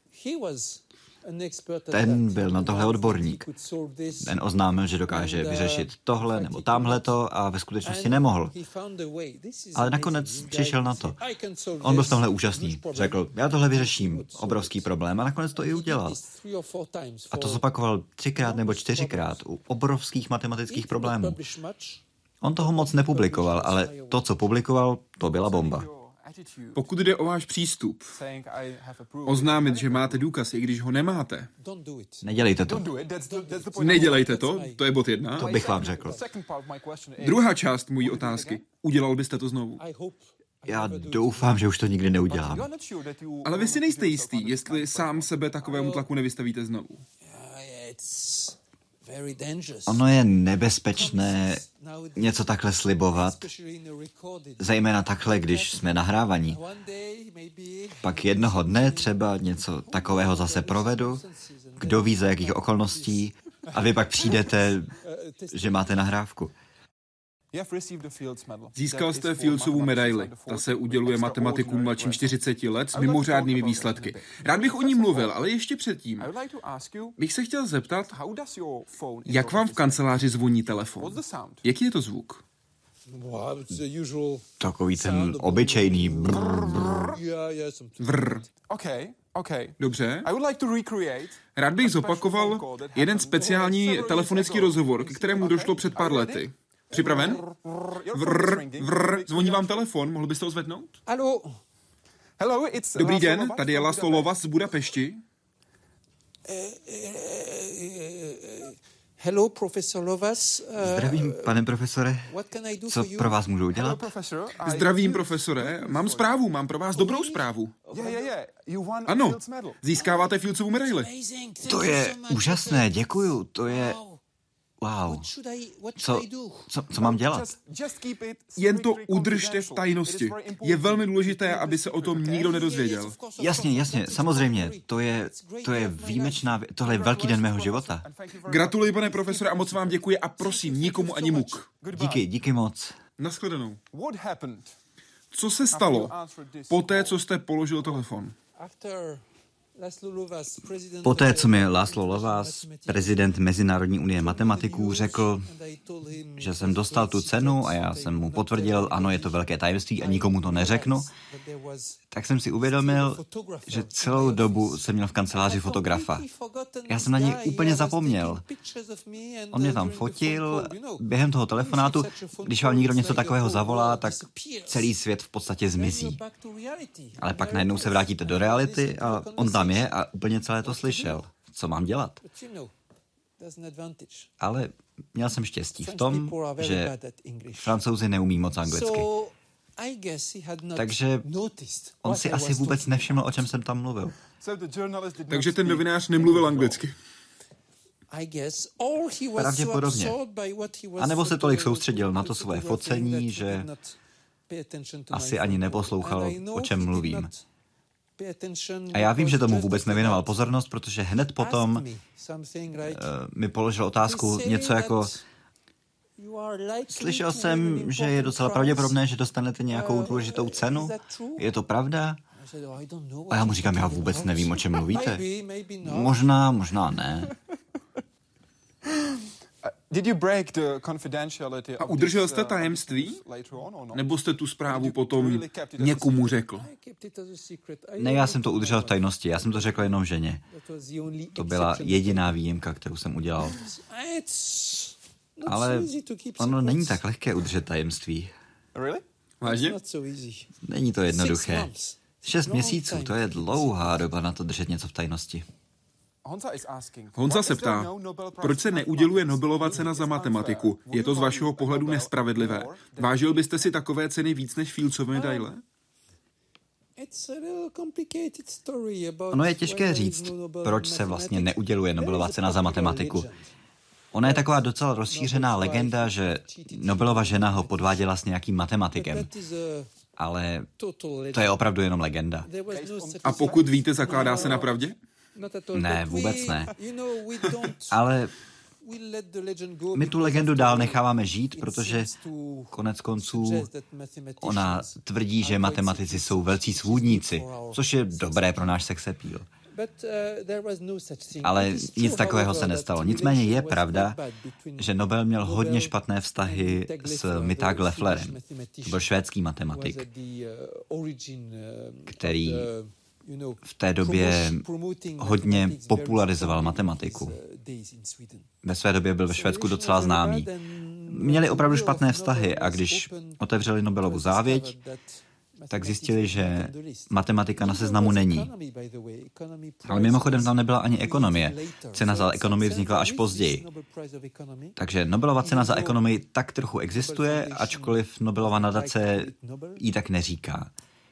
Ten byl na tohle odborník. Ten oznámil, že dokáže vyřešit tohle nebo tamhleto a ve skutečnosti nemohl. Ale nakonec přišel na to. On byl v tomhle úžasný. Řekl, já tohle vyřeším, obrovský problém, a nakonec to i udělal. A to zopakoval 3krát nebo 4krát u obrovských matematických problémů. On toho moc nepublikoval, ale to, co publikoval, to byla bomba. Pokud jde o váš přístup, oznámit, že máte důkaz, i když ho nemáte. Nedělejte to. Nedělejte to, to je bod 1. To bych vám řekl. Druhá část mojí otázky. Udělal byste to znovu? Já doufám, že už to nikdy neudělám. Ale vy si nejste jistý, jestli sám sebe takovému tlaku nevystavíte znovu. Ono je nebezpečné něco takhle slibovat, zejména takhle, když jsme nahrávaní. Pak jednoho dne třeba něco takového zase provedu, kdo ví za jakých okolností, a vy pak přijdete, že máte nahrávku. Získal jste Fieldsovu medaili. Ta se uděluje matematikům mladším 40 let s mimořádnými výsledky. Rád bych o ní mluvil, ale ještě předtím bych se chtěl zeptat, jak vám v kanceláři zvoní telefon? Jaký je to zvuk? Takový ten obyčejný brr. Vrr. Dobře. Rád bych zopakoval jeden speciální telefonický rozhovor, k kterému došlo před pár lety. Připraven? Vrr. Zvoní vám telefon, mohl byste ho zvednout? Dobrý den, tady je László Lovász z Budapešti. Hello, profesor Lovász. Zdravím, pane profesore. Co pro vás můžu udělat? Zdravím, profesore. Mám zprávu, mám pro vás dobrou zprávu. Ano, získáváte Fieldsovu medaili. To je úžasné, děkuju, to je... Wow. Co mám dělat? Jen to udržte v tajnosti. Je velmi důležité, aby se o tom nikdo nedozvěděl. Jasně, samozřejmě. To je výjimečná věc. Tohle je velký den mého života. Gratuluji, pane profesore, a moc vám děkuji a prosím, nikomu ani muk. Díky moc. Nashledanou. Co se stalo poté, co jste položil telefon? Poté, co mi László Lovász, prezident Mezinárodní unie matematiků, řekl, že jsem dostal tu cenu a já jsem mu potvrdil, ano, je to velké tajemství a nikomu to neřeknu, tak jsem si uvědomil, že celou dobu jsem měl v kanceláři fotografa. Já jsem na něj úplně zapomněl. On mě tam fotil, během toho telefonátu, když vám někdo něco takového zavolá, tak celý svět v podstatě zmizí. Ale pak najednou se vrátíte do reality a on tam je a úplně celé to slyšel. Co mám dělat? Ale měl jsem štěstí v tom, že Francouzi neumí moc anglicky. Takže on si asi vůbec nevšiml, o čem jsem tam mluvil. Takže ten novinář nemluvil anglicky. Pravděpodobně. A nebo se tolik soustředil na to svoje focení, že asi ani neposlouchal, o čem mluvím. A já vím, že tomu vůbec nevěnoval pozornost, protože hned potom mi položil otázku něco jako: slyšel jsem, že je docela pravděpodobné, že dostanete nějakou důležitou cenu. Je to pravda? A já mu říkám, já vůbec nevím, o čem mluvíte. Možná ne. A udržel jste tajemství? Nebo jste tu zprávu potom někomu řekl? Ne, já jsem to udržel v tajnosti. Já jsem to řekl jenom ženě. To byla jediná výjimka, kterou jsem udělal. Ale ono není tak lehké udržet tajemství. Vážně? Není to jednoduché. 6 měsíců, to je dlouhá doba na to držet něco v tajnosti. Honza se ptá, proč se neuděluje Nobelova cena za matematiku? Je to z vašeho pohledu nespravedlivé? Vážil byste si takové ceny víc než Fieldsovy medaile? Ono je těžké říct, proč se vlastně neuděluje Nobelova cena za matematiku. Ona je taková docela rozšířená legenda, že Nobelova žena ho podváděla s nějakým matematikem. Ale to je opravdu jenom legenda. A pokud víte, zakládá se na pravdě? Ne, vůbec ne. Ale my tu legendu dál necháváme žít, protože konec konců ona tvrdí, že matematici jsou velcí svůdníci, což je dobré pro náš sexappeal. Ale nic takového se nestalo. Nicméně je pravda, že Nobel měl hodně špatné vztahy s Mittag Lefflerem. To byl švédský matematik, který v té době hodně popularizoval matematiku. Ve své době byl ve Švédsku docela známý. Měli opravdu špatné vztahy a když otevřeli Nobelovu závěť, tak zjistili, že matematika na seznamu není. Ale mimochodem tam nebyla ani ekonomie. Cena za ekonomii vznikla až později. Takže Nobelova cena za ekonomii tak trochu existuje, ačkoliv Nobelova nadace jí tak neříká.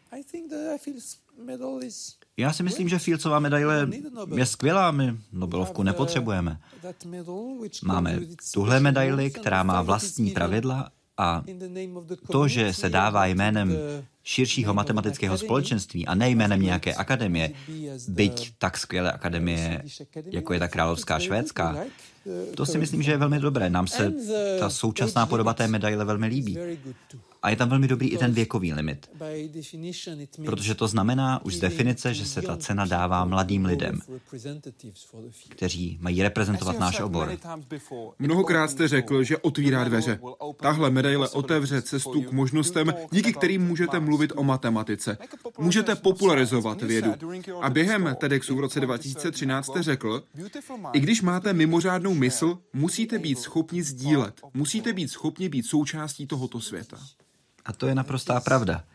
Já si myslím, že Fieldsova medaile je skvělá, my Nobelovku nepotřebujeme. Máme tuhle medaili, která má vlastní pravidla a to, že se dává jménem širšího matematického společenství a ne jménem nějaké akademie, byť tak skvělé akademie, jako je ta královská švédská, to si myslím, že je velmi dobré. Nám se ta současná podoba té medaile velmi líbí. A je tam velmi dobrý i ten věkový limit. Protože to znamená už z definice, že se ta cena dává mladým lidem, kteří mají reprezentovat náš obor. Mnohokrát jste řekl, že otvírá dveře. Tahle medaile otevře cestu k možnostem, díky kterým můžete mluvit o matematice. Můžete popularizovat vědu. A během TEDxu v roce 2013 jste řekl, i když máte mimořádnou mysl, musíte být schopni sdílet. Musíte být schopni být součástí tohoto světa. A to je naprostá pravda.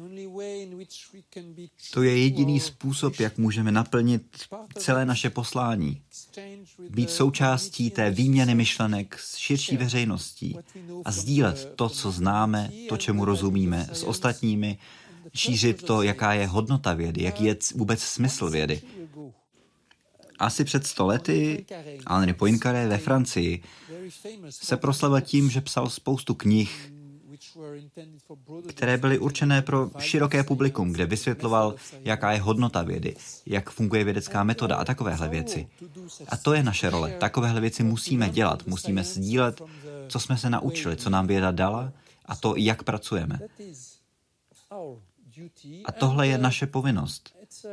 To je jediný způsob, jak můžeme naplnit celé naše poslání. Být součástí té výměny myšlenek s širší veřejností a sdílet to, co známe, to, čemu rozumíme, s ostatními, šířit to, jaká je hodnota vědy, jaký je vůbec smysl vědy. Asi před 100 lety Henri Poincaré ve Francii se proslavil tím, že psal spoustu knih, které byly určené pro široké publikum, kde vysvětloval, jaká je hodnota vědy, jak funguje vědecká metoda a takovéhle věci. A to je naše role. Takovéhle věci musíme dělat. Musíme sdílet, co jsme se naučili, co nám věda dala a to, jak pracujeme. A tohle je naše povinnost.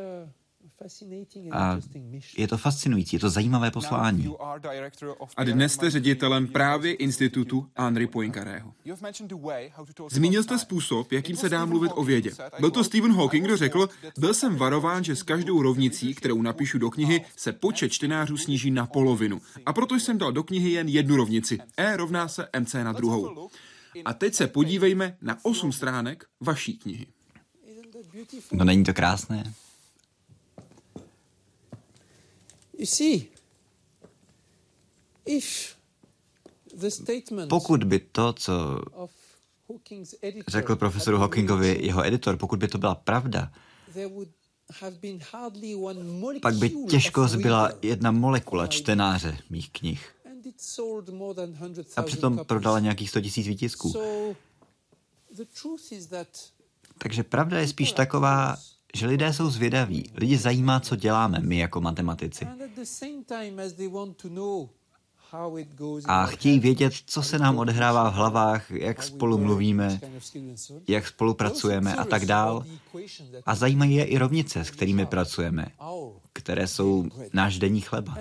A je to fascinující, je to zajímavé poslání. A dnes jste ředitelem právě institutu Henri Poincarého. Zmínil jste způsob, jakým se dá mluvit o vědě. Byl to Stephen Hawking, kdo řekl, byl jsem varován, že s každou rovnicí, kterou napíšu do knihy, se počet čtenářů sníží na polovinu. A proto jsem dal do knihy jen jednu rovnici. E rovná se MC na druhou. A teď se podívejme na 8 stránek vaší knihy. No není to krásné? Pokud by to, co řekl profesoru Hawkingovi jeho editor, pokud by to byla pravda, pak by těžko zbyla jedna molekula čtenáře mých knih. A přitom prodala nějakých 100 000 výtisků. Takže pravda je spíš taková, že lidé jsou zvědaví. Lidi zajímá, co děláme my jako matematici. A chtějí vědět, co se nám odehrává v hlavách, jak spolu mluvíme, jak spolupracujeme a tak dál. A zajímají je i rovnice, s kterými pracujeme, které jsou náš denní chleba.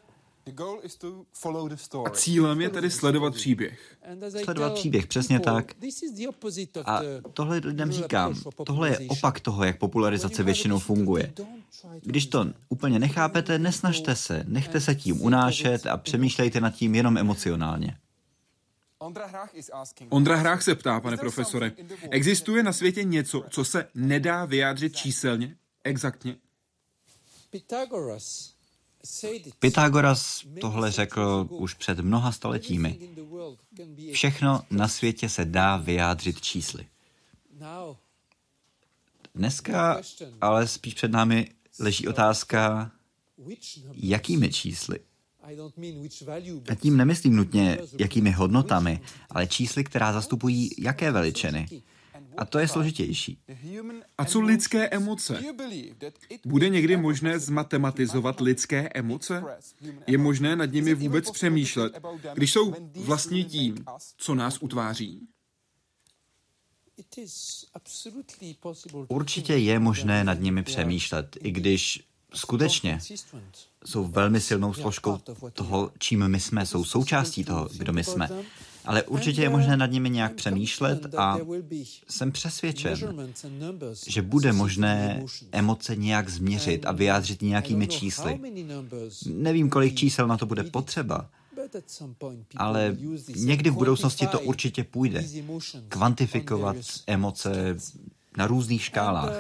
A cílem je tedy sledovat příběh. Sledovat příběh, přesně tak. A tohle lidem říkám. Tohle je opak toho, jak popularizace většinou funguje. Když to úplně nechápete, nesnažte se. Nechte se tím unášet a přemýšlejte nad tím jenom emocionálně. Ondra Hrách se ptá, pane profesore, existuje na světě něco, co se nedá vyjádřit číselně, exaktně? Pythagoras tohle řekl už před mnoha staletími. Všechno na světě se dá vyjádřit čísly. Dneska ale spíš před námi leží otázka, jakými čísly. A tím nemyslím nutně jakými hodnotami, ale čísly, která zastupují jaké veličiny. A to je složitější. A co lidské emoce? Bude někdy možné zmatematizovat lidské emoce? Je možné nad nimi vůbec přemýšlet, když jsou vlastně tím, co nás utváří? Určitě je možné nad nimi přemýšlet, i když skutečně jsou velmi silnou složkou toho, čím my jsme, jsou součástí toho, kdo my jsme. Ale určitě je možné nad nimi nějak přemýšlet a jsem přesvědčen, že bude možné emoce nějak změřit a vyjádřit nějakými čísly. Nevím, kolik čísel na to bude potřeba, ale někdy v budoucnosti to určitě půjde. Kvantifikovat emoce na různých škálách.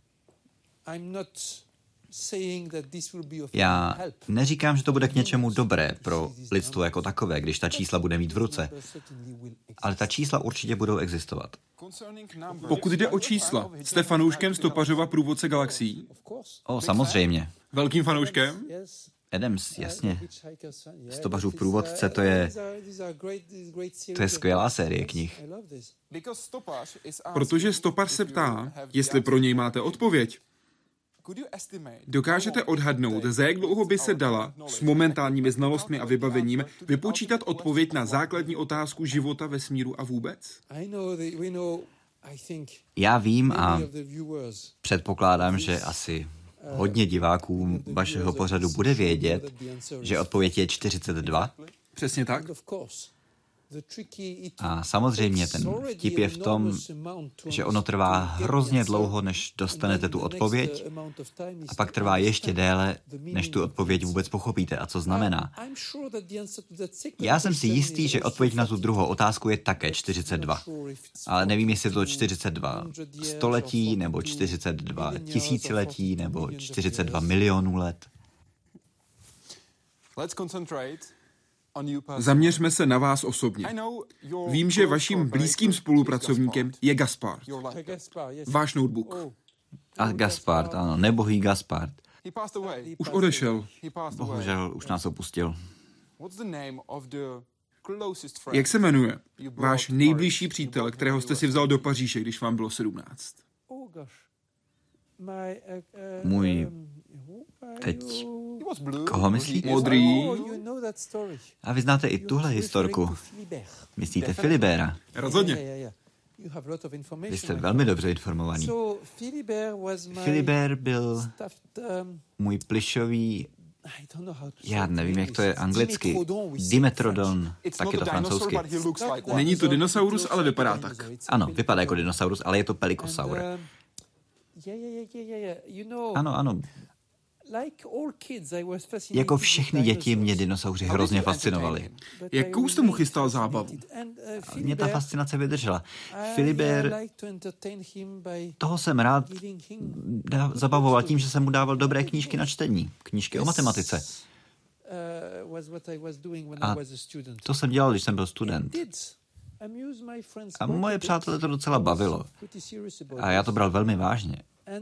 Já neříkám, že to bude k něčemu dobré pro lidstvo jako takové, když ta čísla bude mít v ruce, ale ta čísla určitě budou existovat. Pokud jde o čísla, jste fanouškem Stopařova Průvodce galaxií? Samozřejmě. Velkým fanouškem? Adams, jasně. Stopařův průvodce, to je skvělá série knih. Protože Stopař se ptá, jestli pro něj máte odpověď. Dokážete odhadnout, za jak dlouho by se dala s momentálními znalostmi a vybavením vypočítat odpověď na základní otázku života, vesmíru a vůbec? Já vím a předpokládám, že asi hodně diváků vašeho pořadu bude vědět, že odpověď je 42. Přesně tak. A samozřejmě ten vtip je v tom, že ono trvá hrozně dlouho, než dostanete tu odpověď, a pak trvá ještě déle, než tu odpověď vůbec pochopíte a co znamená. Já jsem si jistý, že odpověď na tu druhou otázku je také 42. Ale nevím, jestli to 42 století, nebo 42 tisíciletí, nebo 42 milionů let. Zaměřme se na vás osobně. Vím, že vaším blízkým spolupracovníkem je Gaspard. Váš notebook. A Gaspard, ano, nebohý Gaspard. Už odešel. Bohužel už nás opustil. Jak se jmenuje váš nejbližší přítel, kterého jste si vzal do Paříže, když vám bylo 17? Můj teď... Koho myslíte? Modrý. A vy znáte i tuhle historku. Myslíte Philibera? Rozhodně. Vy jste velmi dobře informovaný. Philibert byl můj plyšový, já nevím, jak to je anglicky, Dimetrodon, tak je to francouzsky. Není to dinosaurus, ale vypadá tak. Ano, vypadá jako dinosaurus, ale je to pelikosaur. Ano, ano. Jako všechny děti mě dinosauři hrozně fascinovali. Jakou jste mu chystal zábavu? Mě ta fascinace vydržela. Philibert, toho jsem rád zabavoval tím, že jsem mu dával dobré knížky na čtení. Knížky o matematice. A to jsem dělal, když jsem byl student. A moje přátelé to docela bavilo. A já to bral velmi vážně.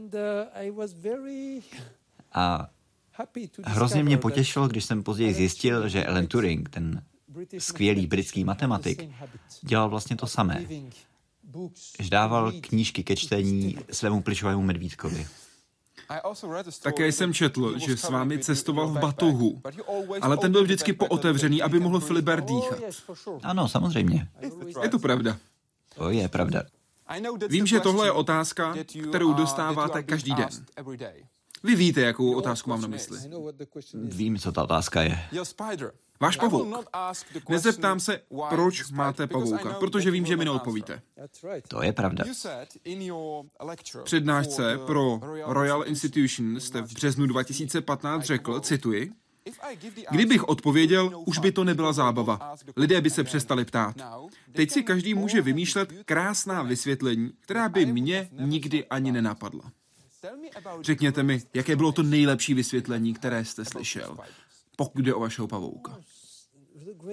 A hrozně mě potěšilo, když jsem později zjistil, že Alan Turing, ten skvělý britský matematik, dělal vlastně to samé. Že dával knížky ke čtení svému plyšovému medvídkovi. Také jsem četl, že s vámi cestoval v batohu, ale ten byl vždycky pootevřený, aby mohl Philibert dýchat. Ano, samozřejmě. Je to pravda. To je pravda. Vím, že tohle je otázka, kterou dostáváte každý den. Vy víte, jakou otázku mám na mysli. Vím, co ta otázka je. Váš pavouk. Nezeptám se, proč máte pavouka, protože vím, že mi neodpovíte. To je pravda. Přednášce pro Royal Institution jste v březnu 2015 řekl, cituji, kdybych odpověděl, už by to nebyla zábava. Lidé by se přestali ptát. Teď si každý může vymýšlet krásná vysvětlení, která by mě nikdy ani nenapadla. Řekněte mi, jaké bylo to nejlepší vysvětlení, které jste slyšel, pokud jde o vašeho pavouka.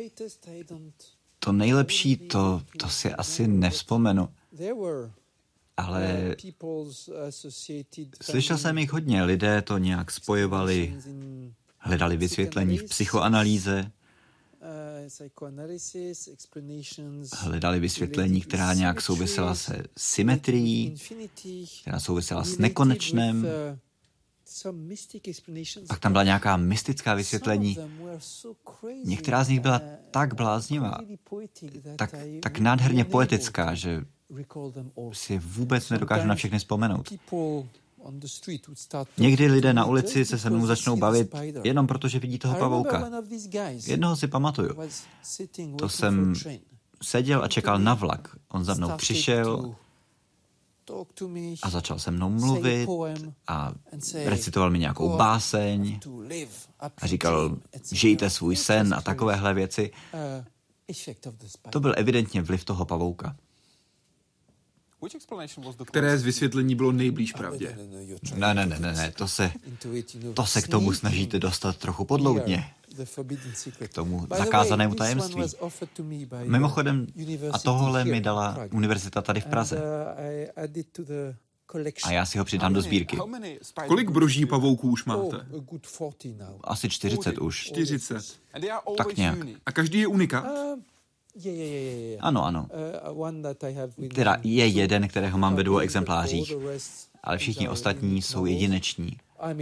To nejlepší, to si asi nevzpomenu. ale slyšel jsem jich hodně. Lidé to nějak spojovali, hledali vysvětlení v psychoanalýze, hledali vysvětlení, která nějak souvisela se symetrií, která souvisela s nekonečném. Pak tam byla nějaká mystická vysvětlení. Některá z nich byla tak bláznivá, tak nádherně poetická, že si vůbec nedokážu na všechny vzpomenout. Někdy lidé na ulici se mnou začnou bavit jenom proto, že vidí toho pavouka. Jednoho si pamatuju. To jsem seděl a čekal na vlak. On za mnou přišel a začal se mnou mluvit a recitoval mi nějakou báseň a říkal, žijte svůj sen a takovéhle věci. To byl evidentně vliv toho pavouka. Které z vysvětlení bylo nejblíž pravdě? Ne, to se k tomu snažíte dostat trochu podloudně. K tomu zakázanému tajemství. Mimochodem, a tohle mi dala univerzita tady v Praze. A já si ho přidám do sbírky. Kolik broží pavouků už máte? Asi 40 už. 40. Tak nějak. A každý je unikát? Ano. Teda je jeden, kterého mám ve 2 exemplářích, ale všichni ostatní jsou jedineční.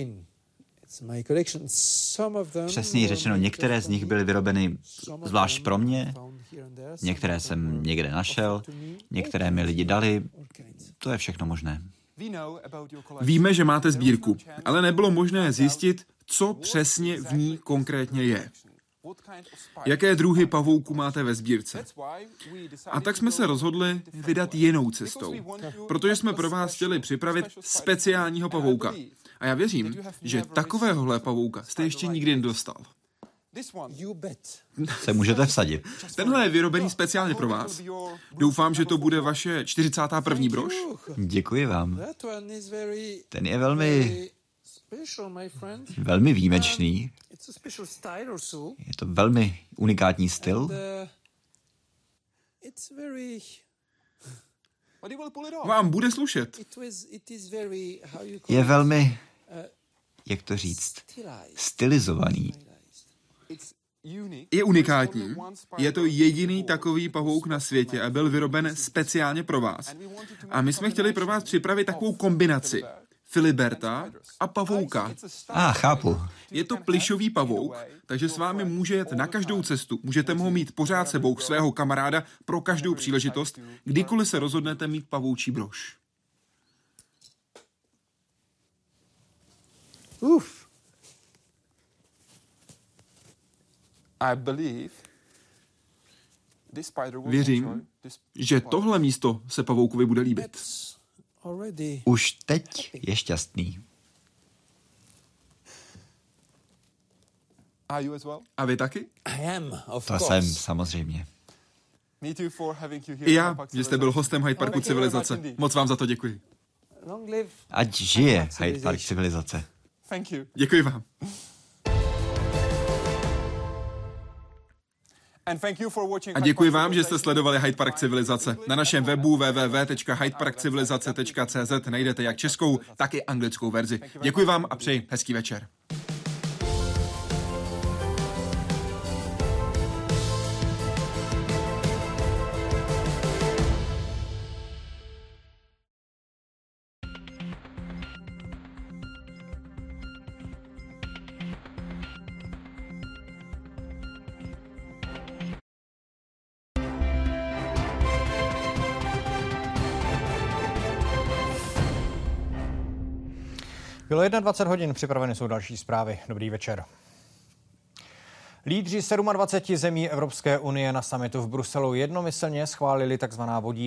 Přesněji řečeno, některé z nich byly vyrobeny zvlášť pro mě, některé jsem někde našel, některé mi lidi dali, to je všechno možné. Víme, že máte sbírku, ale nebylo možné zjistit, co přesně v ní konkrétně je. Jaké druhy pavouků máte ve sbírce? A tak jsme se rozhodli vydat jinou cestou, protože jsme pro vás chtěli připravit speciálního pavouka. A já věřím, že takovéhohle pavouka jste ještě nikdy nedostal. Se můžete vsadit. Tenhle je vyrobený speciálně pro vás. Doufám, že to bude vaše 41. brož. Děkuji vám. Ten je velmi výjimečný. Je to velmi unikátní styl. Vám bude slušet. Je velmi, jak to říct, stylizovaný. Je unikátní. Je to jediný takový pavouk na světě a byl vyroben speciálně pro vás. A my jsme chtěli pro vás připravit takovou kombinaci Filiberta a pavouka. Chápu. Je to plyšový pavouk, takže s vámi může jet na každou cestu. Můžete ho mít pořád sebou, svého kamaráda, pro každou příležitost, kdykoliv se rozhodnete mít pavoučí brož. Věřím, že tohle místo se pavoukovi bude líbit. Už teď je šťastný. A vy taky? To jsem, samozřejmě. I já, že jste byl hostem Hyde Parku Civilizace. Moc vám za to děkuji. Ať žije Hyde Park Civilizace. Děkuji vám. A děkuji vám, že jste sledovali Hyde Park Civilizace. Na našem webu www.hydeparkcivilizace.cz najdete jak českou, tak i anglickou verzi. Děkuji vám a přeji hezký večer. Bylo 21 hodin, připraveny jsou další zprávy. Dobrý večer. Lídři 27 zemí Evropské unie na summitu v Bruselu jednomyslně schválili tzv.